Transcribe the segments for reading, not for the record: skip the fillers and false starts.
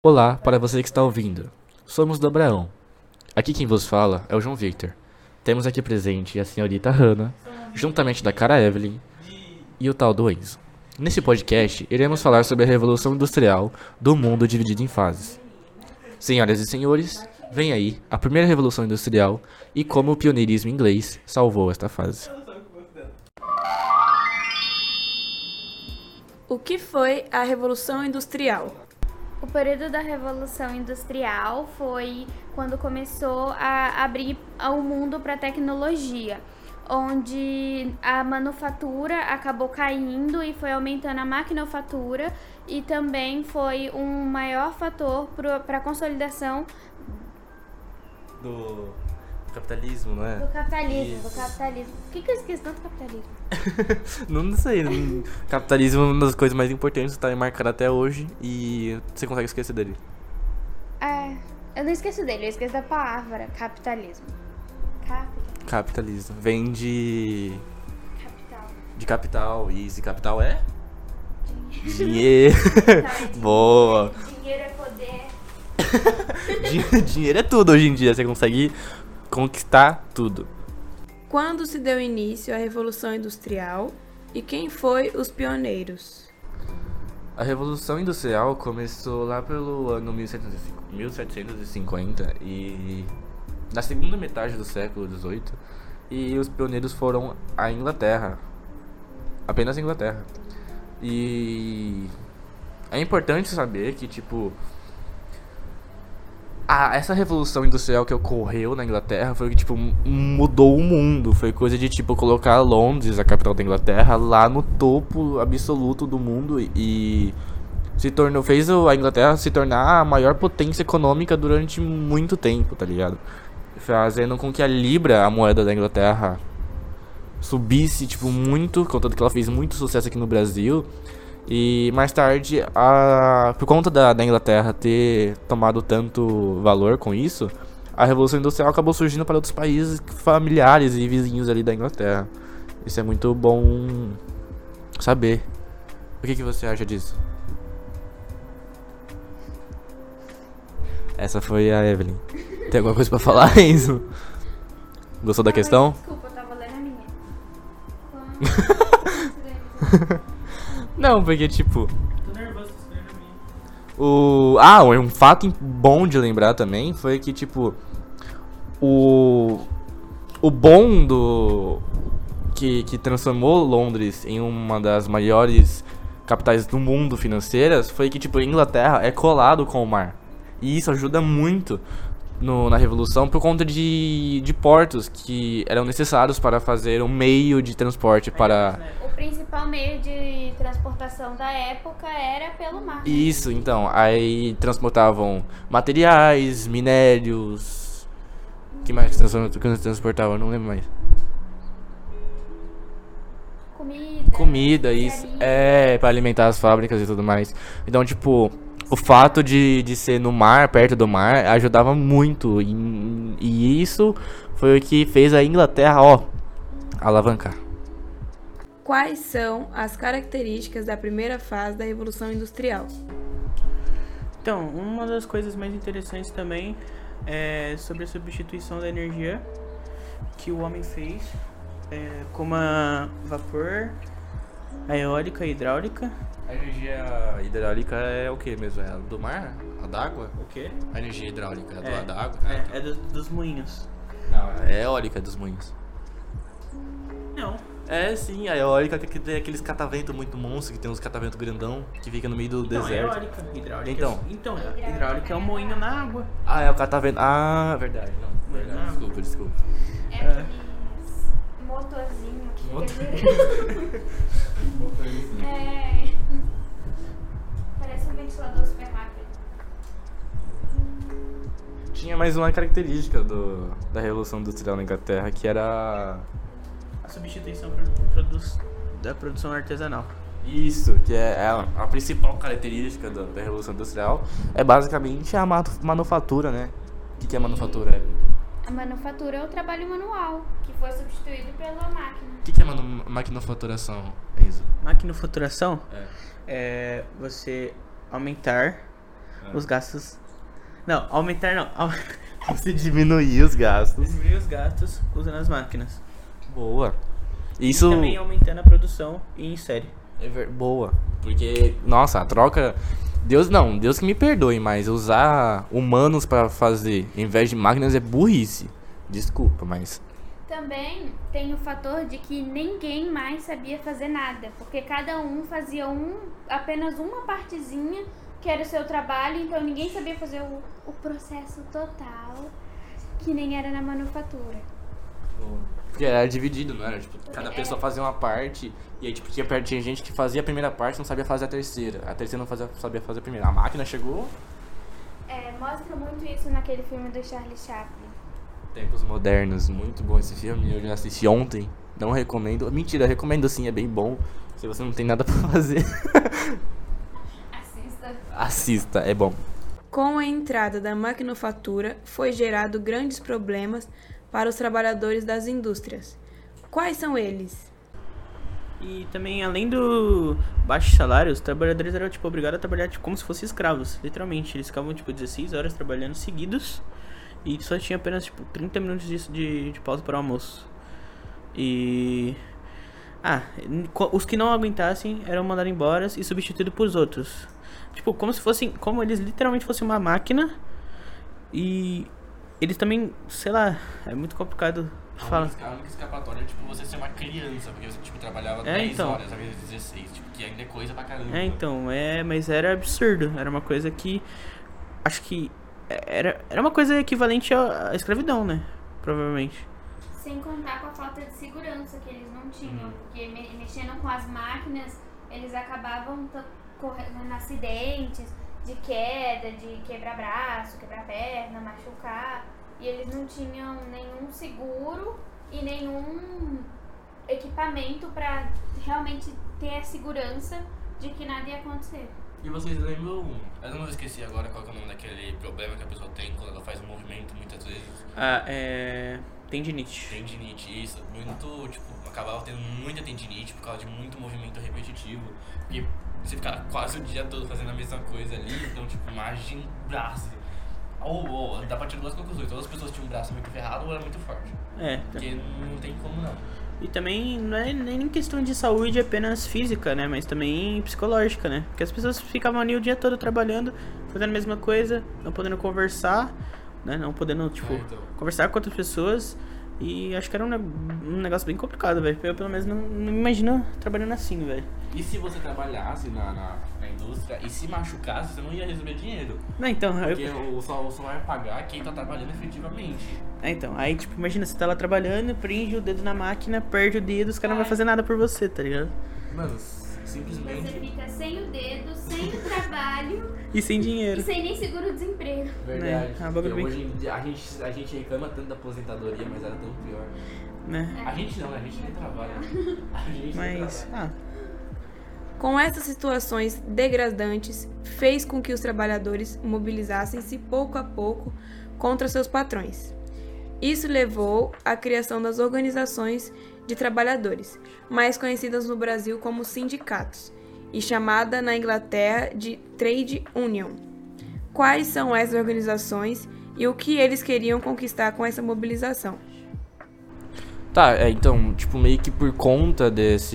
Olá para você que está ouvindo. Somos do Abraão. Aqui quem vos fala é o João Victor. Temos aqui presente a senhorita Hannah, juntamente da cara Evelyn e o tal do Enzo. Neste podcast, iremos falar sobre a Revolução Industrial do mundo dividido em fases. Senhoras e senhores, vem aí a primeira Revolução Industrial e como o pioneirismo inglês salvou esta fase. O que foi a Revolução Industrial? O período da Revolução Industrial foi quando começou a abrir o mundo para a tecnologia, onde a manufatura acabou caindo e foi aumentando a maquinofatura, e também foi um maior fator para a consolidação Do capitalismo, não é? do capitalismo. Isso. Do capitalismo. Por que eu esqueci tanto capitalismo? Não sei, capitalismo é uma das coisas mais importantes, está marcado até hoje e você consegue esquecer dele. Eu não esqueço dele, eu esqueço da palavra capitalismo. Capitalismo vem Capital. de capital, e esse capital é? Dinheiro. Boa. Dinheiro é poder. Dinheiro é tudo hoje em dia, você consegue conquistar tudo. Quando se deu início à Revolução Industrial e quem foi os pioneiros? A Revolução Industrial começou lá pelo ano 1750 e na segunda metade do século XVIII, e os pioneiros foram a Inglaterra, apenas a Inglaterra. E é importante saber que, essa revolução industrial que ocorreu na Inglaterra foi que, mudou o mundo. Foi coisa de, colocar Londres, a capital da Inglaterra, lá no topo absoluto do mundo e fez a Inglaterra se tornar a maior potência econômica durante muito tempo, tá ligado? Fazendo com que a libra, a moeda da Inglaterra, subisse, muito, contanto que ela fez muito sucesso aqui no Brasil. E mais tarde, por conta da Inglaterra ter tomado tanto valor com isso, a Revolução Industrial acabou surgindo para outros países familiares e vizinhos ali da Inglaterra. Isso é muito bom saber. O que você acha disso? Essa foi a Evelyn. Tem alguma coisa pra falar, Enzo? Gostou da questão? Desculpa, eu tava lendo a minha. Não, porque Tô nervoso com isso daí pra mim. Um fato bom de lembrar também foi que, o bom que transformou Londres em uma das maiores capitais do mundo financeiras foi que, a Inglaterra é colado com o mar. E isso ajuda muito na Revolução por conta de portos que eram necessários para fazer um meio de transporte para... O principal meio de transportação da época era pelo mar. Isso, então, aí transportavam materiais, minérios... O que mais que transportavam? Não lembro mais. Comida, isso. Para alimentar as fábricas e tudo mais. Então, o fato de ser no mar, perto do mar, ajudava muito. E isso foi o que fez a Inglaterra, alavancar. Quais são as características da primeira fase da Revolução Industrial? Então, uma das coisas mais interessantes também é sobre a substituição da energia que o homem fez, como a vapor, a eólica e a hidráulica. A energia hidráulica é o que mesmo? É a do mar? A d'água? O quê? A energia hidráulica é da água? Dos moinhos. Não, é eólica dos moinhos. Não. É sim, a eólica que tem aqueles cataventos muito monstros, que tem uns cataventos grandão, que fica no meio do Não, é deserto. eólica. Hidráulica. Então. Hidráulica é um moinho na água. É o catavento. Verdade. Não, verdade. Não. Desculpa. É aqueles motorzinho que fica girando. Parece um ventilador super rápido. Tinha mais uma característica da Revolução Industrial na Inglaterra, que era... A substituição da produção artesanal. Isso, que é a principal característica da Revolução Industrial, é basicamente a manufatura, né? O que é manufatura? A manufatura é o trabalho manual, que foi substituído pela máquina. O que é maquinofaturação, Enzo? Maquinofaturação É. é você aumentar os gastos... Não, aumentar não. Você diminuir os gastos. Diminuir os gastos usando as máquinas. Boa. Isso... E também aumentando a produção em série. Boa. Porque, nossa, a troca... Deus que me perdoe, mas usar humanos pra fazer em vez de máquinas é burrice. Desculpa, mas... Também tem o fator de que ninguém mais sabia fazer nada, porque cada um fazia apenas uma partezinha que era o seu trabalho, então ninguém sabia fazer o processo total, que nem era na manufatura. Porque era dividido, não era? Tipo, cada pessoa fazia uma parte, e aí tipo, tinha gente que fazia a primeira parte e não sabia fazer a terceira não sabia fazer a primeira. A máquina chegou... Mostra muito isso naquele filme do Charlie Chaplin. Tempos Modernos, muito bom esse filme, eu já assisti ontem, não recomendo, mentira, recomendo sim, é bem bom, se você não tem nada pra fazer. Assista, é bom. Com a entrada da maquinofatura, foi gerado grandes problemas para os trabalhadores das indústrias. Quais são eles? E também, além do baixo salário, os trabalhadores eram tipo, obrigados a trabalhar tipo, como se fossem escravos, literalmente. Eles ficavam tipo 16 horas trabalhando seguidos. E só tinha apenas, tipo, 30 minutos de pausa para o almoço. E... os que não aguentassem eram mandados embora e substituídos por outros. Tipo, como eles literalmente fossem uma máquina. E eles também, sei lá, é muito complicado falar. A única escapatória é, tipo, você ser uma criança, porque você, tipo, trabalhava 10 horas, às vezes 16, tipo, que ainda é coisa pra caramba. Mas era absurdo. Era uma coisa que, acho que... Era uma coisa equivalente à escravidão, né? Provavelmente. Sem contar com a falta de segurança que eles não tinham. Porque mexendo com as máquinas, eles acabavam correndo em acidentes de queda, de quebrar braço, quebrar perna, machucar. E eles não tinham nenhum seguro e nenhum equipamento para realmente ter a segurança de que nada ia acontecer. E vocês lembram, eu não esqueci agora qual é o nome daquele problema que a pessoa tem quando ela faz um movimento muitas vezes. Tendinite. Tendinite, isso. Muito, tipo, acabava tendo muita tendinite por causa de muito movimento repetitivo. Porque você ficava quase o dia todo fazendo a mesma coisa ali, então, tipo, imagem braço. Dá pra tirar duas conclusões. Todas as pessoas tinham um braço muito ferrado ou era muito forte. Porque não tem como não. E também não é nem questão de saúde apenas física, né? Mas também psicológica, né? Porque as pessoas ficavam ali o dia todo trabalhando, fazendo a mesma coisa, não podendo conversar, né? Não podendo, tipo, conversar com outras pessoas. E acho que era um negócio bem complicado, velho. Eu, pelo menos, não me imagino trabalhando assim, velho. E se você trabalhasse na indústria e se machucasse, você não ia receber dinheiro. Porque o só vai pagar quem tá trabalhando efetivamente. Aí, tipo, imagina, você tá lá trabalhando, prende o dedo na máquina, perde o dedo, os caras não vão fazer nada por você, tá ligado? Mano, simplesmente... Você fica sem o dedo, sem o trabalho... E sem dinheiro. E sem nem seguro-desemprego. Verdade. Hoje em dia, a gente reclama tanto da aposentadoria, mas era tão pior. Né? A gente não, né? A gente nem trabalha. Mas, Com essas situações degradantes, fez com que os trabalhadores mobilizassem-se pouco a pouco contra seus patrões. Isso levou à criação das organizações de trabalhadores, mais conhecidas no Brasil como sindicatos, e chamada na Inglaterra de Trade Union. Quais são essas organizações e o que eles queriam conquistar com essa mobilização? Então, tipo, meio que por conta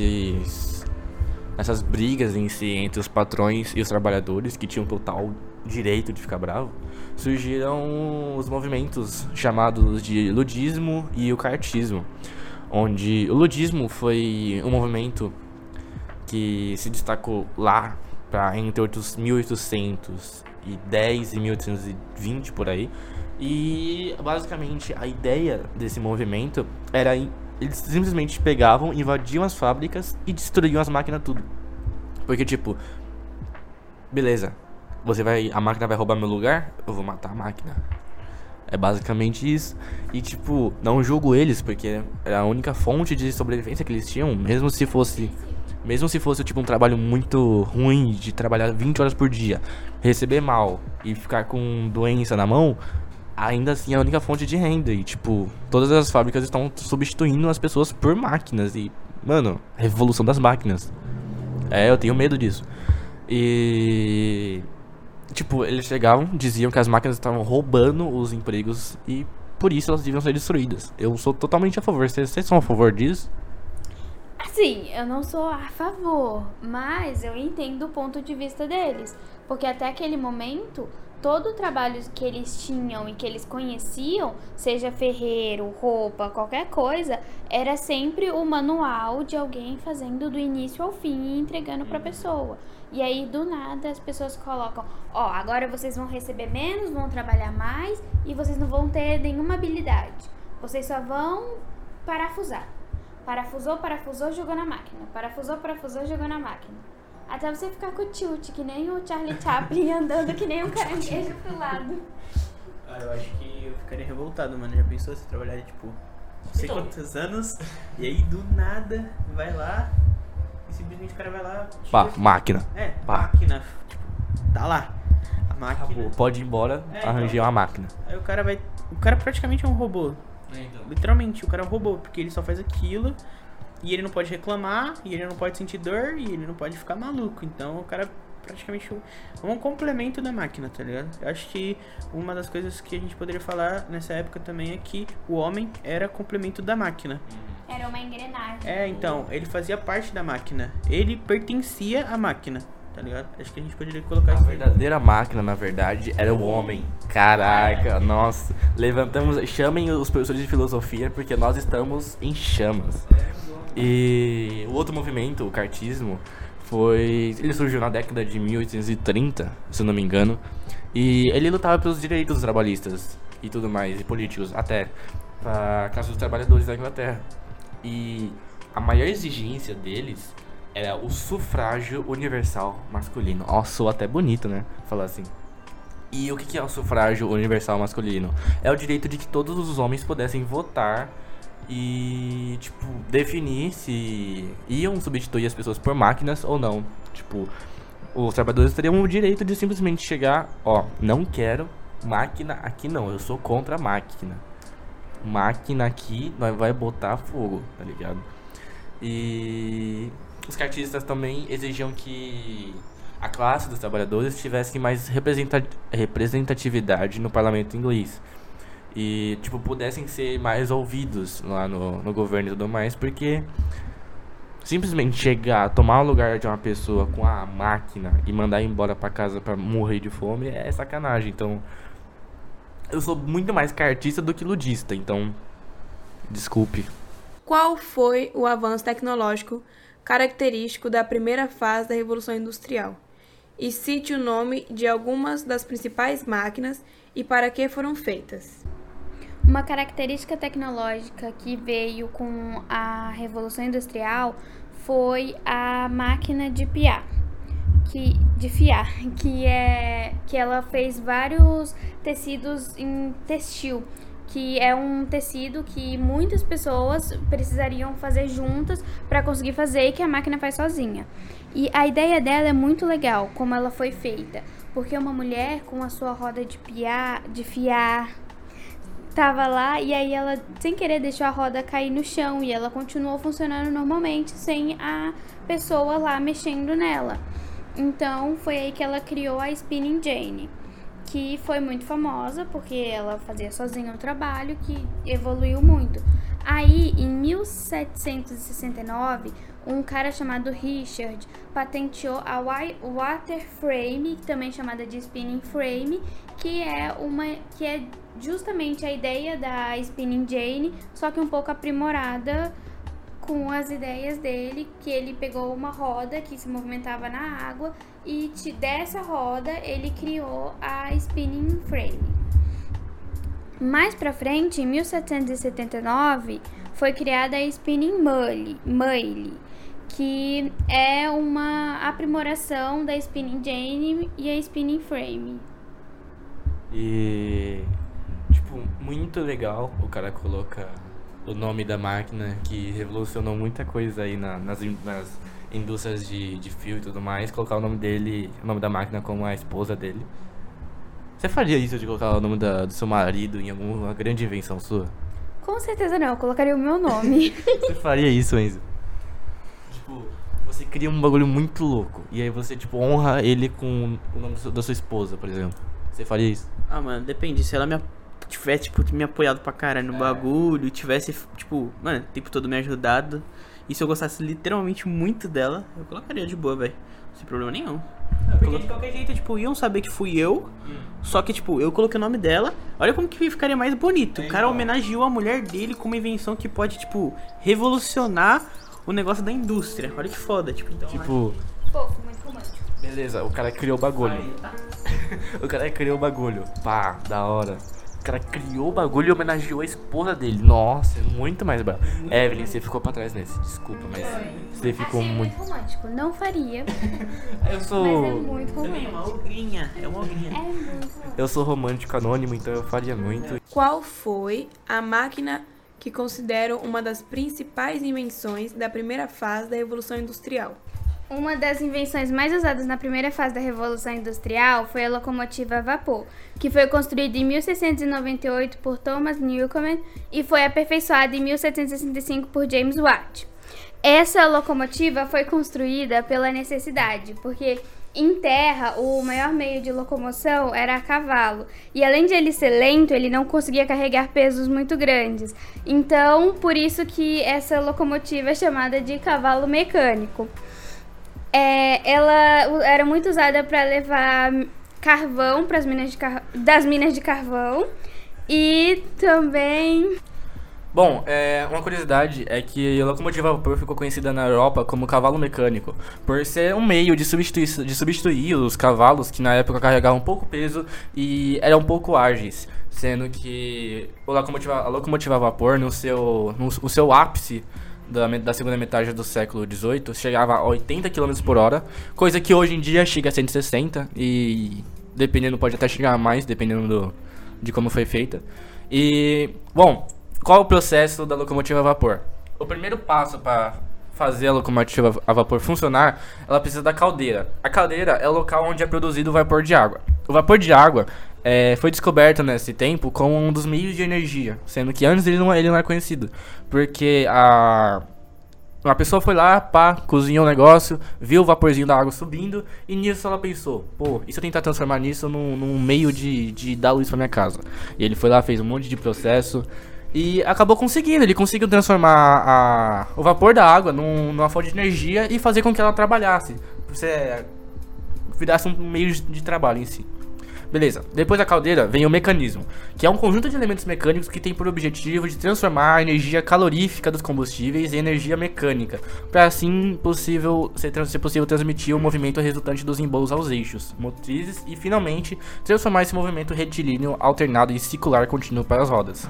essas brigas em si entre os patrões e os trabalhadores, que tinham total direito de ficar bravo, surgiram os movimentos chamados de ludismo e o cartismo, onde o ludismo foi um movimento que se destacou lá entre 1810 e 1820 por aí. E basicamente a ideia desse movimento era eles simplesmente pegavam, invadiam as fábricas e destruíam as máquinas tudo. Porque tipo, beleza, a máquina vai roubar meu lugar, eu vou matar a máquina. É basicamente isso. E tipo, não julgo eles, porque era a única fonte de sobrevivência que eles tinham, mesmo se fosse tipo um trabalho muito ruim, de trabalhar 20 horas por dia, receber mal e ficar com doença na mão, ainda assim é a única fonte de renda. E tipo, todas as fábricas estão substituindo as pessoas por máquinas. E, mano, revolução das máquinas. Eu tenho medo disso. E tipo, eles chegavam, diziam que as máquinas estavam roubando os empregos e por isso elas deviam ser destruídas. Eu sou totalmente a favor. Vocês são a favor disso? Assim, eu não sou a favor, mas eu entendo o ponto de vista deles. Porque até aquele momento, todo o trabalho que eles tinham e que eles conheciam, seja ferreiro, roupa, qualquer coisa, era sempre o manual de alguém fazendo do início ao fim e entregando pra pessoa. E aí, do nada, as pessoas colocam, agora vocês vão receber menos, vão trabalhar mais e vocês não vão ter nenhuma habilidade. Vocês só vão parafusar. Parafusou, jogou na máquina. Parafusou, jogou na máquina. Até você ficar com o tilt, que nem o Charlie Chaplin andando que nem um caranguejo pro lado. Eu acho que eu ficaria revoltado, mano. Já pensou se trabalhar, tipo, não sei quantos anos, e aí do nada vai lá e simplesmente o cara vai lá... Máquina. Máquina. Tipo, tá lá. A máquina... Acabou. Pode ir embora, arranjar uma máquina. Aí o cara vai... O cara praticamente é um robô. Então. Literalmente, o cara é um robô, porque ele só faz aquilo e ele não pode reclamar, e ele não pode sentir dor, e ele não pode ficar maluco. Então o cara praticamente é um complemento da máquina, tá ligado? Eu acho que uma das coisas que a gente poderia falar nessa época também é que o homem era complemento da máquina. Era uma engrenagem. Então, ele fazia parte da máquina. Ele pertencia à máquina, tá ligado? Acho que a gente poderia colocar isso. A verdadeira máquina, na verdade, era o homem. Caraca, nossa. Chamem os professores de filosofia, porque nós estamos em chamas. E o outro movimento, o kartismo, ele surgiu na década de 1830, se eu não me engano. E ele lutava pelos direitos trabalhistas e tudo mais, e políticos, até para classe dos trabalhadores da Inglaterra. E a maior exigência deles era o sufrágio universal masculino. Ó, soa até bonito, né? Falar assim. E o que é o sufrágio universal masculino? É o direito de que todos os homens pudessem votar e, tipo, definir se iam substituir as pessoas por máquinas ou não. Tipo, os trabalhadores teriam o direito de simplesmente chegar, não quero máquina aqui não, eu sou contra a máquina. Máquina aqui, nós vai botar fogo, tá ligado? E os kartistas também exigiam que a classe dos trabalhadores tivesse mais representatividade no parlamento inglês. E, tipo, pudessem ser mais ouvidos lá no governo e tudo mais, porque simplesmente chegar, tomar o lugar de uma pessoa com a máquina e mandar embora pra casa pra morrer de fome é sacanagem. Então, eu sou muito mais kartista do que ludista, então, desculpe. Qual foi o avanço tecnológico característico da primeira fase da Revolução Industrial? E cite o nome de algumas das principais máquinas e para que foram feitas. Uma característica tecnológica que veio com a Revolução Industrial foi a máquina de fiar, que ela fez vários tecidos em textil, que é um tecido que muitas pessoas precisariam fazer juntas para conseguir fazer e que a máquina faz sozinha. E a ideia dela é muito legal, como ela foi feita, porque uma mulher com a sua roda de fiar tava lá e aí ela, sem querer, deixou a roda cair no chão e ela continuou funcionando normalmente sem a pessoa lá mexendo nela. Então foi aí que ela criou a Spinning Jenny, que foi muito famosa porque ela fazia sozinha o trabalho, que evoluiu muito. Aí, em 1769, um cara chamado Richard patenteou a water frame, também chamada de spinning frame, que é justamente a ideia da Spinning Jenny, só que um pouco aprimorada com as ideias dele, que ele pegou uma roda que se movimentava na água e dessa roda ele criou a Spinning Frame. Mais pra frente, em 1779, foi criada a Spinning Mulley, que é uma aprimoração da Spinning Jenny e a Spinning Frame. E, tipo, muito legal o cara coloca o nome da máquina, que revolucionou muita coisa aí nas indústrias de fio e tudo mais, colocar o nome da máquina como a esposa dele. Você faria isso de colocar o nome do seu marido em alguma grande invenção sua? Com certeza não, eu colocaria o meu nome. Você faria isso, Enzo? Tipo, Você cria um bagulho muito louco. E aí você, tipo, honra ele com o nome da sua esposa, por exemplo. Você faria isso? Ah, mano, depende. Se ela tivesse, tipo, me apoiado pra caralho no bagulho, tivesse, tipo, mano, o tempo todo me ajudado. E se eu gostasse literalmente muito dela, eu colocaria de boa, velho. Sem problema nenhum. Porque de qualquer jeito, tipo, iam saber que fui eu. Só que, tipo, eu coloquei o nome dela. Olha como que ficaria mais bonito. O cara homenageou a mulher dele com uma invenção que pode, tipo, revolucionar o negócio da indústria. Olha que foda, tipo, então. Tipo, Fofo, muito romântico. beleza, o cara criou o bagulho. Aí, tá? O cara criou o bagulho. Pá, da hora. O cara criou o bagulho e homenageou a esposa dele. Nossa, é muito mais brabo. Evelyn, você ficou pra trás nesse. Desculpa, mas você ficou Achei muito. muito romântico. Não faria, Eu mas é sou. muito Também é romântico. uma ogrinha. É uma ogrinha. É muito romântico. Eu sou romântico anônimo, então eu faria muito. Qual foi a máquina que consideram uma das principais invenções da primeira fase da Revolução Industrial? Uma das invenções mais usadas na primeira fase da Revolução Industrial foi a locomotiva a vapor, que foi construída em 1698 por Thomas Newcomen e foi aperfeiçoada em 1765 por James Watt. Essa locomotiva foi construída pela necessidade, porque em terra o maior meio de locomoção era a cavalo, e além de ele ser lento, ele não conseguia carregar pesos muito grandes. Então, por isso que essa locomotiva é chamada de cavalo mecânico. Ela era muito usada para levar carvão para as das minas de carvão e também Bom, uma curiosidade é que a locomotiva a vapor ficou conhecida na Europa como cavalo mecânico, por ser um meio de substituir os cavalos que na época carregavam pouco peso e eram um pouco ágeis, sendo que a locomotiva a vapor no seu ápice da segunda metade do século XVIII chegava a 80 km por hora, coisa que hoje em dia chega a 160 e dependendo pode até chegar a mais, dependendo de como foi feita. E, bom, qual é o processo da locomotiva a vapor? O primeiro passo para fazer a locomotiva a vapor funcionar, ela precisa da caldeira. A caldeira é o local onde é produzido o vapor de água. O vapor de água foi descoberto nesse tempo como um dos meios de energia, sendo que antes ele não era conhecido, porque uma pessoa foi lá, cozinhou o negócio, viu o vaporzinho da água subindo, e nisso ela pensou, pô, e se eu tentar transformar nisso num meio de dar luz pra minha casa? E ele foi lá, fez um monte de processo, e acabou conseguindo, ele conseguiu transformar o vapor da água numa fonte de energia e fazer com que ela trabalhasse, virasse um meio de trabalho em si. Beleza, depois da caldeira vem o mecanismo, que é um conjunto de elementos mecânicos que tem por objetivo de transformar a energia calorífica dos combustíveis em energia mecânica, para assim ser possível transmitir o movimento resultante dos embolos aos eixos, motrizes e finalmente transformar esse movimento retilíneo alternado em circular contínuo para as rodas.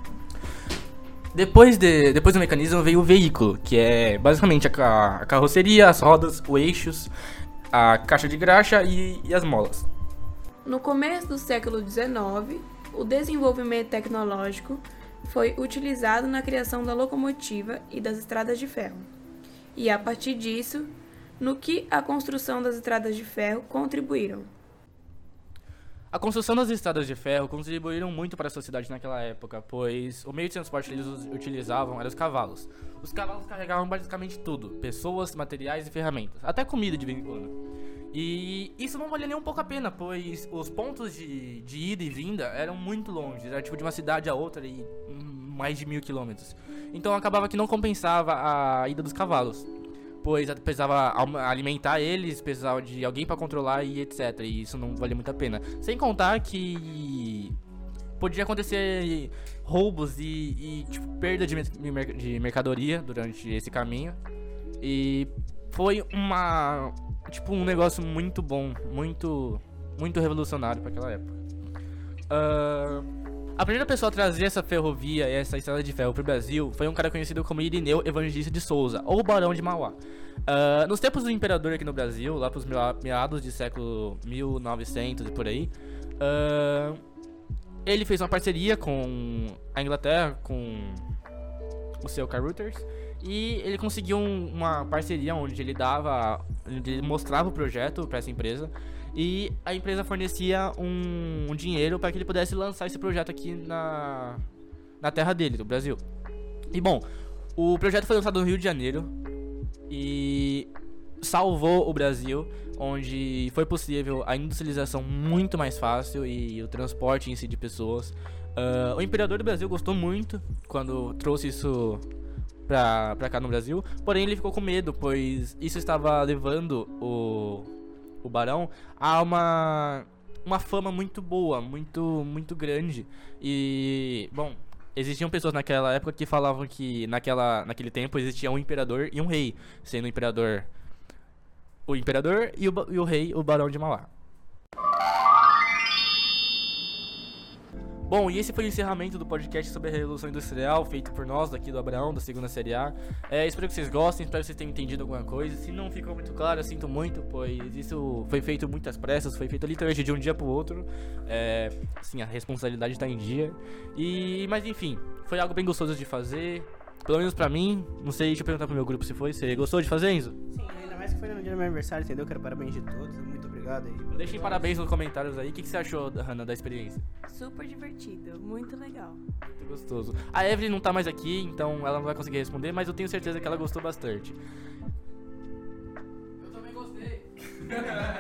Depois do mecanismo veio o veículo, que é basicamente a carroceria, as rodas, os eixos, a caixa de graxa e as molas. No começo do século XIX, o desenvolvimento tecnológico foi utilizado na criação da locomotiva e das estradas de ferro. E a partir disso, no que a construção das estradas de ferro contribuíram. A construção das estradas de ferro contribuíram muito para a sociedade naquela época, pois o meio de transporte que eles utilizavam eram os cavalos. Os cavalos carregavam basicamente tudo, pessoas, materiais e ferramentas, até comida de vez em quando. E isso não valia nem um pouco a pena, pois os pontos de ida e vinda eram muito longe, era tipo de uma cidade a outra e mais de 1000 quilômetros. Então acabava que não compensava a ida dos cavalos, pois precisava alimentar eles, precisava de alguém para controlar e etc. E isso não valia muito a pena. Sem contar que podia acontecer roubos e tipo, perda de mercadoria durante esse caminho. E foi um negócio muito bom, muito revolucionário para aquela época. A primeira pessoa a trazer essa ferrovia e essa estrada de ferro pro Brasil foi um cara conhecido como Irineu Evangelista de Souza, ou Barão de Mauá. Nos tempos do imperador aqui no Brasil, lá pros meados de século 1900 e por aí, ele fez uma parceria com a Inglaterra, com o seu Carruthers, e ele conseguiu uma parceria onde ele mostrava o projeto para essa empresa e a empresa fornecia um dinheiro para que ele pudesse lançar esse projeto aqui na terra dele, do Brasil. E bom, o projeto foi lançado no Rio de Janeiro e salvou o Brasil, onde foi possível a industrialização muito mais fácil e o transporte em si de pessoas. O imperador do Brasil gostou muito quando trouxe isso pra cá no Brasil, porém ele ficou com medo, pois isso estava levando o barão a uma fama muito boa, muito grande. E, bom, existiam pessoas naquela época que falavam que naquele tempo existia um imperador e um rei, sendo o imperador e o rei o Barão de Mauá. Bom, e esse foi o encerramento do podcast sobre a Revolução Industrial, feito por nós daqui do Abraão, da segunda série A. Espero que vocês gostem, espero que vocês tenham entendido alguma coisa. Se não ficou muito claro, eu sinto muito, pois isso foi feito muitas pressas, foi feito literalmente de um dia pro outro. Sim, a responsabilidade tá em dia. Mas enfim, foi algo bem gostoso de fazer, pelo menos pra mim. Não sei, deixa eu perguntar pro meu grupo se foi. Você gostou de fazer, Enzo? Sim, ainda mais que foi no dia do meu aniversário, entendeu? Quero parabéns de todos, muito obrigado aí. Deixem parabéns nos comentários aí. O que você achou, Hannah, da experiência? Super divertido, muito legal. Muito gostoso. A Evelyn não tá mais aqui, então ela não vai conseguir responder, mas eu tenho certeza que ela gostou bastante. Eu também gostei.